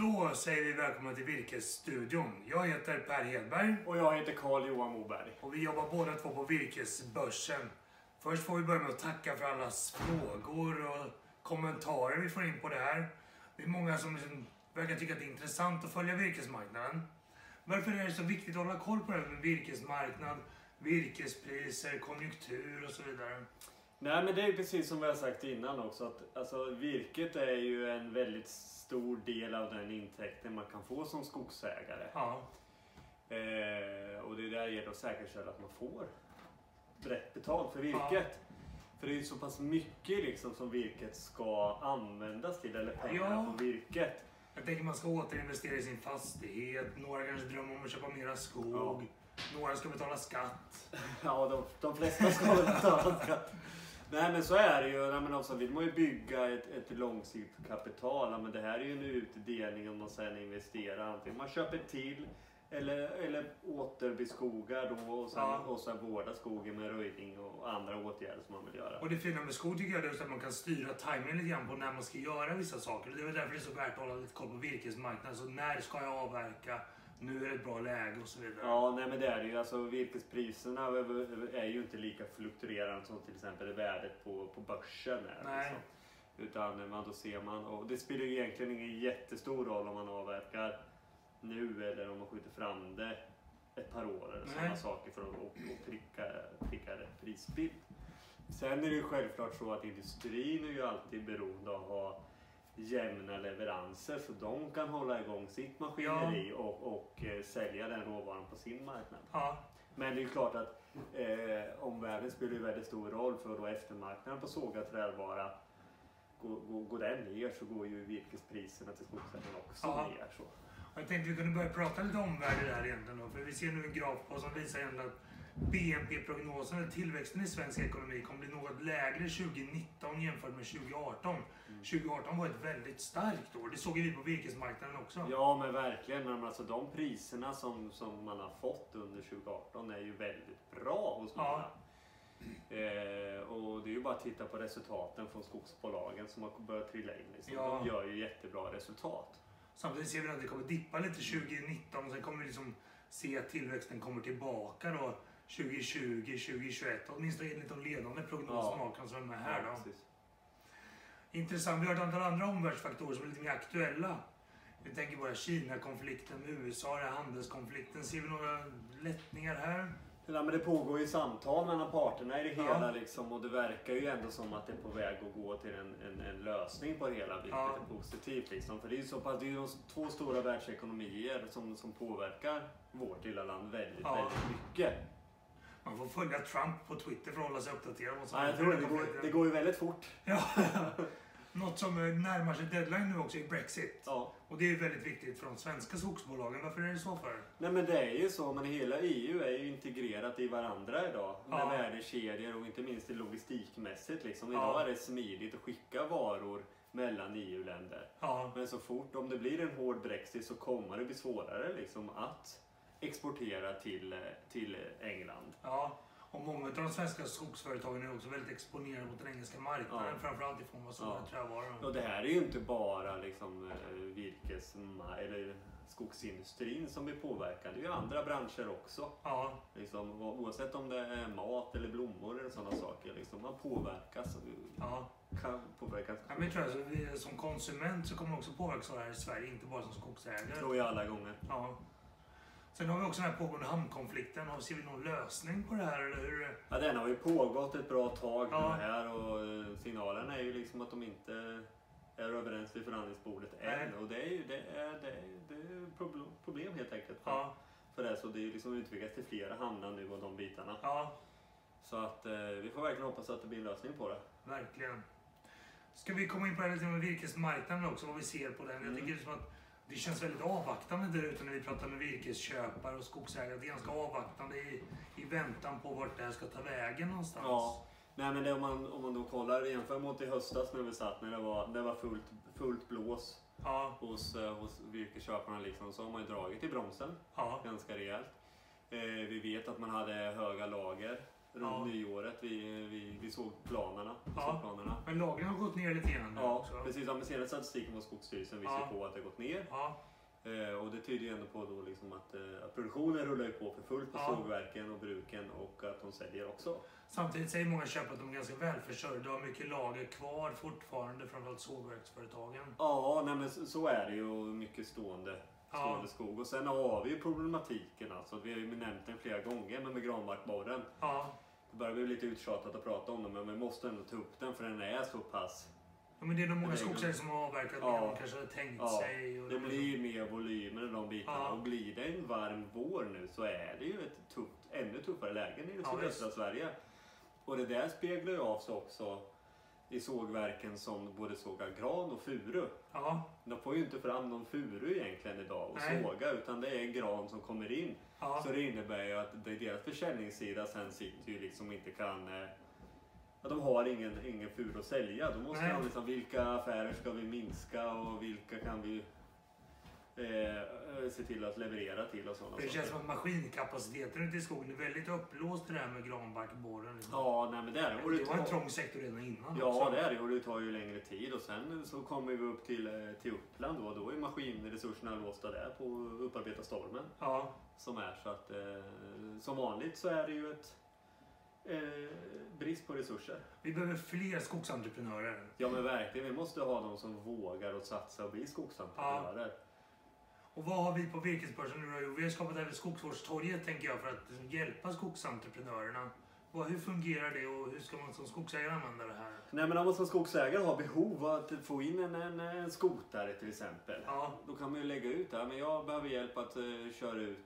Då säger vi välkomna till Virkesstudion. Jag heter Per Hedberg. Och jag heter Carl-Johan Moberg. Och vi jobbar båda två på Virkesbörsen. Först får vi börja med att tacka för allas frågor och kommentarer vi får in på det här. Det är många som verkar tycka att det är intressant att följa virkesmarknaden. Varför är det så viktigt att hålla koll på det här med virkesmarknad, virkespriser, konjunktur och så vidare? Nej, men det är ju precis som vi har sagt innan också. Att, alltså, virket är ju en väldigt stor del av den intäkten man kan få som skogsägare. Ja. Och det där gäller att säkerställa att man får rätt betalt för virket. Ja. För det är ju så pass mycket liksom som virket ska användas till, eller pengarna på virket. Jag tänker man ska återinvestera i sin fastighet, några kanske drömmer om att köpa mera skog, några ska betala skatt. Ja, de flesta ska väl betala skatt. Nej, men så är det ju. Nej, men också vill man ju bygga ett långsiktigt kapital. Men det här är ju en utdelning om man sedan investerar. Antingen man köper till eller återbeskogar då och sen vårdar skogen med röjning och andra åtgärder som man vill göra. Och det fina med skog tycker jag är att man kan styra timingen lite grann på när man ska göra vissa saker. Det är väl därför det är så värt att hålla lite koll på virkesmarknaden. Så när ska jag avverka? Nu är det ett bra läge och så vidare. Ja, nej, men det är det ju. Alltså, virkespriserna är ju inte lika fluktuerande som till exempel värdet på börsen är. Nej. Liksom. Utan då ser man, och det spelar ju egentligen ingen jättestor roll om man avverkar nu eller om man skjuter fram det ett par år eller sådana saker för att pricka rätt prisbild. Sen är det ju självklart så att industrin är ju alltid beroende av att ha jämna leveranser så de kan hålla igång sitt maskineri och sälja den råvaran på sin marknad. Ja. Men det är ju klart att omvärlden spelar ju väldigt stor roll för då eftermarknaden på sågad trävara. Går den ner så går ju virkespriserna till skogsägarna också ner. Så. Jag tänkte vi kunde börja prata lite om omvärlden här egentligen då, för vi ser nu en graf på som visar egentligen att BNP-prognosen, eller tillväxten i svensk ekonomi, kommer bli något lägre 2019 jämfört med 2018. 2018 var ett väldigt starkt år, det såg vi på virkesmarknaden också. Ja, men verkligen. Men alltså, de priserna som man har fått under 2018 är ju väldigt bra hos många. Och det är ju bara att titta på resultaten från skogsbolagen som har börjat trilla in. Liksom. De gör ju jättebra resultat. Samtidigt ser vi att det kommer dippa lite 2019 och sen kommer vi liksom se att tillväxten kommer tillbaka då 2020, 2021. Åtminstone enligt de ledande prognoserna som är med här då. Precis. Intressant, vi har ett antal andra omvärldsfaktorer som är lite mer aktuella. Vi tänker bara Kina-konflikten med USA, handelskonflikten. Ser vi några lättningar här? Ja, men det pågår ju samtal mellan parterna i det hela liksom, och det verkar ju ändå som att det är på väg att gå till en lösning på det hela, vilket är positivt liksom. För det är ju så pass, det är ju två stora världsekonomier som påverkar vårt lilla land väldigt mycket. Man får följa Trump på Twitter för att hålla sig uppdaterad. Jag tror det går ju väldigt fort. Ja. Något som närmar sig deadline nu också är Brexit. Ja. Och det är väldigt viktigt för de svenska skogsbolagen. Varför är det så för? Nej, men det är ju så. Men hela EU är ju integrerat i varandra idag. Med värdekedjor och inte minst logistikmässigt. Liksom. Idag är det smidigt att skicka varor mellan EU-länder. Ja. Men så fort, om det blir en hård Brexit så kommer det bli svårare liksom, att exportera till England. Ja. Och många av de svenska skogsföretagen är också väldigt exponerade mot den engelska marknaden, framförallt i form av sådana trävaror. Och det här är ju inte bara liksom, eller skogsindustrin som blir påverkad, det är ju andra branscher också. Ja. Liksom, oavsett om det är mat eller blommor eller sådana saker, liksom, man påverkas. Kan påverkas. Ja, men jag tror att vi, som konsument så kommer man också påverkas av det här i Sverige, inte bara som skogsägare. Det tror jag alla gånger. Ja. Sen har vi också den här pågående hamnkonflikten. Ser vi någon lösning på det här? Eller hur? Ja, den har ju pågått ett bra tag nu här och signalen är ju liksom att de inte är överens vid förhandlingsbordet än. Och det är problem helt enkelt för det. Så det är ju liksom utvecklats till flera hamnar nu och de bitarna. Ja. Så att vi får verkligen hoppas att det blir en lösning på det. Verkligen. Ska vi komma in på det lite med virkesmarknaden också, vad vi ser på den? Jag tycker som att det känns väldigt avvaktande där ute när vi pratar med virkesköpare och skogsägare. Det är ganska avvaktande i väntan på vart det här ska ta vägen någonstans. Ja. Nej, men det, om man då kollar jämför mot i höstas när vi satt, när det var fullt blås hos virkesköparna liksom, så har man ju dragit i bromsen ganska rejält. Vi vet att man hade höga lager runt nyåret. Vi såg planerna. Men lagren har gått ner lite grann. Ja, också. precis. Ja, men senaste statistiken från Skogsstyrelsen visar på att det har gått ner. Ja. Och det tyder ju ändå på då liksom att produktionen rullar ju på för fullt på sågverken och bruken och att de säljer också. Samtidigt säger många köpare att de är ganska välförsörjda och har mycket lager kvar fortfarande, framförallt sågverksföretagen. Ja, nej, men så är det ju, och mycket stående skog. Och sen har vi ju problematiken, alltså. Vi har ju nämnt den flera gånger med granbarkborren. Ja. Det börjar bli lite uttjatat att prata om den, men vi måste ändå ta upp den för den är så pass. Ja, men det är nog många skogsägare som har avverkat mer än de kanske hade tänkt sig. Och det blir mer volymer i de bitarna. Och blir det en varm vår nu så är det ju ett ännu tuffare lägen i det sydöstra Sverige. Och det där speglar ju av sig också i sågverken som både sågar gran och furu. Ja. De får ju inte fram någon furu egentligen idag och såga, utan det är gran som kommer in. Så det innebär ju att deras försäljningssida sen sitter ju liksom inte kan... Ja, de har ingen furu att sälja. Då måste man liksom, vilka affärer ska vi minska och vilka kan vi se till att leverera till och sådana. Det känns som att maskinkapaciteten ute i skogen är väldigt uppblåst det där med granbarkborren. Liksom. Ja, nej, men det är det. Det var en trång sektor redan innan. Ja, också. det är det, och det tar ju längre tid. Och sen så kommer vi upp till Uppland då är maskinresurserna låsta där på upparbeta stormen. Ja. Som är så att som vanligt så är det ju ett brist på resurser. Vi behöver fler skogsentreprenörer. Ja, men verkligen. Vi måste ha de som vågar att satsa och bli skogsentreprenörer. Ja. Och vad har vi på virkesbörsen nu då? Vi har skapat även skogsvårdstorget, tänker jag, för att hjälpa skogsentreprenörerna. Hur fungerar det och hur ska man som skogsägare använda det här? Nej, men om man som skogsägare har behov av att få in en skotare till exempel. Ja. Då kan man ju lägga ut det. Men jag behöver hjälp att köra ut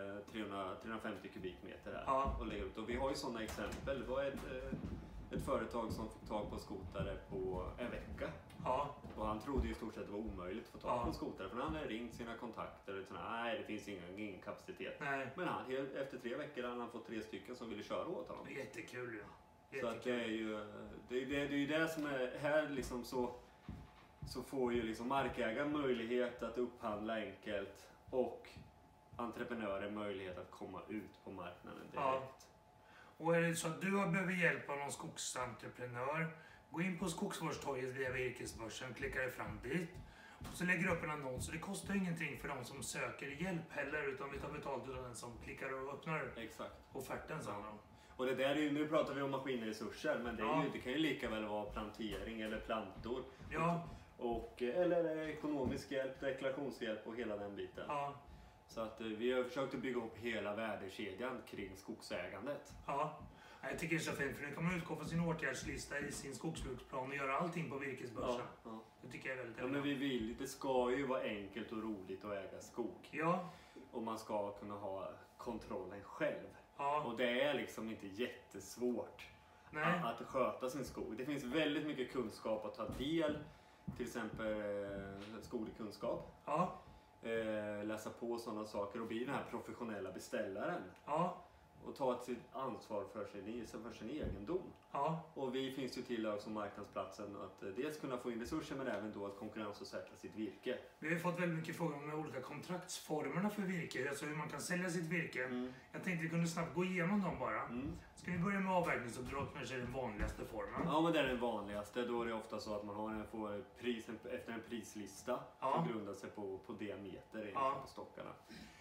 350 kubikmeter här. Ja. Och lägga ut. Och vi har ju sådana exempel. Det var ett företag som fick tag på skotare på en vecka. Ja. Och han trodde ju i stort sett det var omöjligt att få tag på en skotare. För han hade ringt sina kontakter och nej, det finns ingen kapacitet. Nej. Men efter 3 veckor hade han fått 3 stycken som ville köra åt honom. Jättekul ju. Ja. Så att det är ju det som är här liksom så får ju liksom markägaren möjlighet att upphandla enkelt och entreprenörer möjlighet att komma ut på marknaden direkt. Ja. Och är det så att du behöver hjälp av någon skogsentreprenör, gå in på Skogsvårdstorget via Virkesbörsen, klicka dig fram dit och så lägger du upp en annons. Så det kostar ingenting för de som söker hjälp heller, utan vi tar betalt av den som klickar och öppnar offerten sen. Ja. Och det där är ju, nu pratar vi om maskinresurser, men det kan ju lika väl vara plantering eller plantor. Ja. Eller ekonomisk hjälp, deklarationshjälp och hela den biten. Ja. Så att vi har försökt att bygga upp hela värdekedjan kring skogsägandet. Ja. Jag tycker det är så fint, för nu kan man utgå från sin åtgärdslista i sin skogsbruksplan och göra allting på virkesbörsen. Ja. Det tycker jag är väldigt men det ska ju vara enkelt och roligt att äga skog. Ja. Och man ska kunna ha kontrollen själv. Ja. Och det är liksom inte jättesvårt att sköta sin skog. Det finns väldigt mycket kunskap att ta del, till exempel skoglig kunskap. Ja. Läsa på sådana saker och bli den här professionella beställaren. Ja. Och ta sitt ansvar för sin egendom. Ja. Och vi finns ju till som marknadsplatsen att dels kunna få in resurser, men även då att konkurrenssäkra sitt virke. Vi har fått väldigt mycket frågor om de olika kontraktsformerna för virke, alltså hur man kan sälja sitt virke. Mm. Jag tänkte vi kunde snabbt gå igenom dem bara. Mm. Ska vi börja med avverkningsuppdrag, kanske är den vanligaste formen? Ja, men det är den vanligaste. Då är det ofta så att man får pris efter en prislista som grundar sig på diameter på stockarna.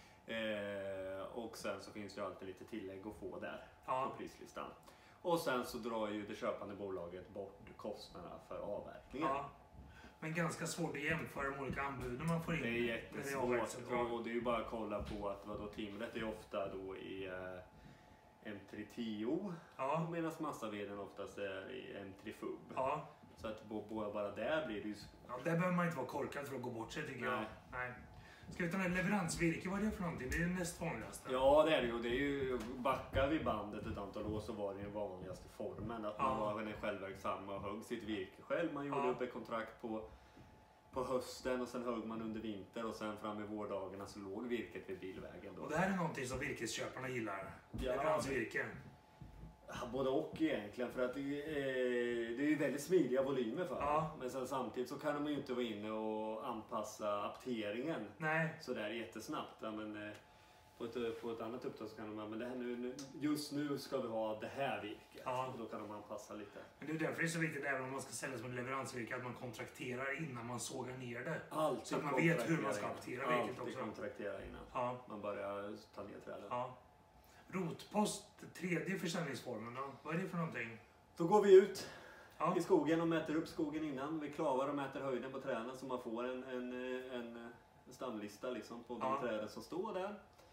Och sen så finns det ju alltid lite tillägg att få där på prislistan. Och sen så drar ju det köpande bolaget bort kostnaderna för avverkningen. Ja. Men ganska svårt att jämföra de olika anbuden man får in. Det är jättesvårt, och det är ju bara att kolla på att timret är ofta då i M310 medan massaveden oftast är i M3FUB. Ja. Så att bara där blir det ju... Ja, där behöver man inte vara korkad för att gå bort sig, tycker jag. Nej. Ska vi ta med leveransvirke? Vad är det för någonting? Det är det näst vanligaste. Ja, det är det ju. Det är ju, backar vi bandet ett antal år så var det den vanligaste formen. Att man var den självverksamma och högg sitt virke själv. Man gjorde upp ett kontrakt på hösten och sen högg man under vinter och sen fram i vårdagarna så låg virket vid bilvägen. Då. Och det här är någonting som virkesköparna gillar? Leveransvirke? Både och egentligen, för att det är ju väldigt smidiga volymer för. Ja. Men sen samtidigt så kan man ju inte vara inne och anpassa apteringen så där jättesnabbt. Ja, men, På ett annat uppdrag så kan de bara, men det här just nu ska vi ha det här virket. Ja. Och då kan de anpassa lite. Men det är därför det är så viktigt även om man ska sälja som ett leveransvirke att man kontrakterar innan man sågar ner det. Alltid så att man vet hur man ska hantera virket också. Alltid kontraktera innan. Ja. Man börjar ta ner träden. Ja. Rotpost, tredje försäljningsformen då? Vad är det för någonting? Då går vi ut Ja. i skogen och mäter upp skogen innan. Vi klavar och mäter höjden på träden så man får en stamlista liksom på de träden som står där.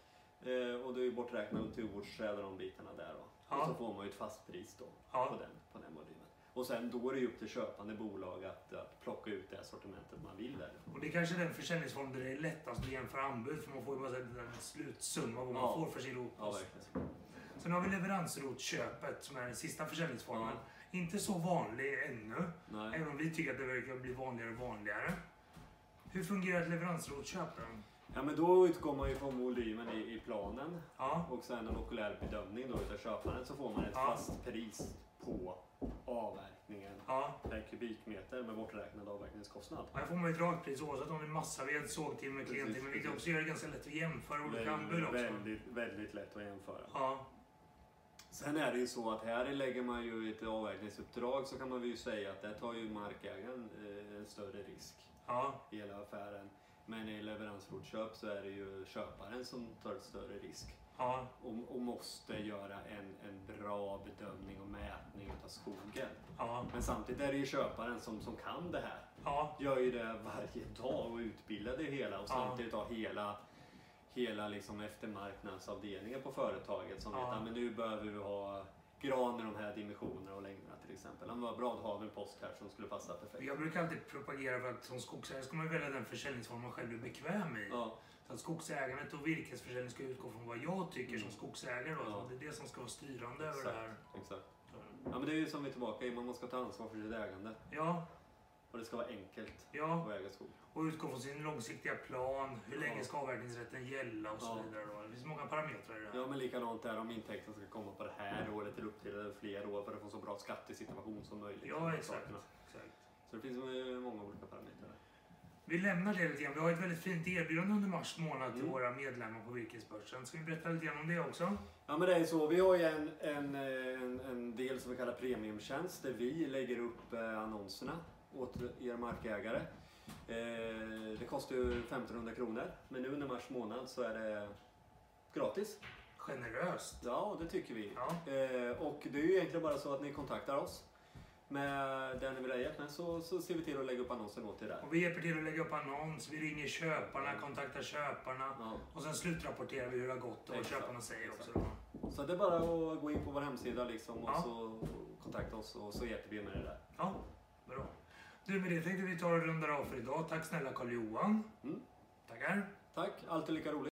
Och då är borträknat naturvårdsträd och de bitarna där då. Ja. Och så får man ju ett fast pris då på den volymen. Och sen då är det ju upp till köpande bolag att plocka ut det sortimentet man vill där. Och det är kanske den försäljningsform där det är lättast att jämföra anbud för man får ju bara en slutsumma vad man får för sin rotpost. Ja, sen har vi leveransrotköpet som är den sista försäljningsformen. Ja. Inte så vanlig ännu, Nej. även om vi tycker att det verkar bli vanligare och vanligare. Hur fungerar ett leveransrotköp då? Ja, men då utgår man ju från volymen i planen. Ja. Och sen en okulär bedömning då utav köparen så får man ett fast pris på avverkningen per kubikmeter med borträknad avverkningskostnad. Här får man ju ett rakpris oavsett om det är massaved, sågtimmer, klentimmer, vilket också gör det ganska lätt att jämföra olika anbud också. Väldigt lätt att jämföra. Ja. Sen är det ju så att här lägger man ju ett avverkningsuppdrag så kan man ju säga att där tar ju markägaren en större risk i hela affären. Men i leveransrotköp så är det ju köparen som tar ett större risk. Ja. Och måste göra en bra bedömning och mätning av skogen. Ja. Men samtidigt är det ju köparen som kan det här. Ja. Gör ju det varje dag och utbildar det hela. Och samtidigt har hela liksom eftermarknadsavdelningen på företaget som vet att men nu behöver vi ha gran i de här dimensionerna och längderna till exempel. Det var bra att ha en post här som skulle passa perfekt. Jag brukar alltid propagera för att som skogsägare ska man välja den försäljningsform man själv är bekväm i. Ja. Så att skogsägandet och virkesförsäljning ska utgå från vad jag tycker som skogsägare. Då. Så det är det som ska vara styrande över det här. Exakt. Ja, men det är ju som vi är tillbaka i, man ska ta ansvar för sitt ägande. Ja. Och det ska vara enkelt att äga skog. Och utgå från sin långsiktiga plan, hur länge ska avverkningsrätten gälla och så vidare. Då. Det finns många parametrar i det här. Ja, men likadant där om intäkten ska komma på det här året eller upp till fler år för att få så bra skattesituation som möjligt. Ja, exakt. Så det finns många olika parametrar. Vi lämnar det lite grann. Vi har ett väldigt fint erbjudande under mars månad till våra medlemmar på Virkesbörsen. Ska vi berätta lite grann om det också? Ja, men det är så. Vi har ju en del som vi kallar premiumtjänst där vi lägger upp annonserna åt er markägare. Det kostar ju 1500 kronor, men nu under mars månad så är det gratis. Generöst. Ja, det tycker vi. Ja. Och det är ju egentligen bara så att ni kontaktar oss med det ni vill ha hjälp med så ser vi till att lägga upp annonsen åt er där. Och vi hjälper till att lägga upp annons, vi ringer köparna, kontaktar köparna och sen slutrapporterar vi hur det har gått och vad köparna säger också. Så det är bara att gå in på vår hemsida liksom och så kontakta oss och så hjälper vi med det där. Ja, bra. Du, med det tänkte vi ta och runda av för idag. Tack snälla Carl-Johan. Tackar. Tack, alltid lika roligt.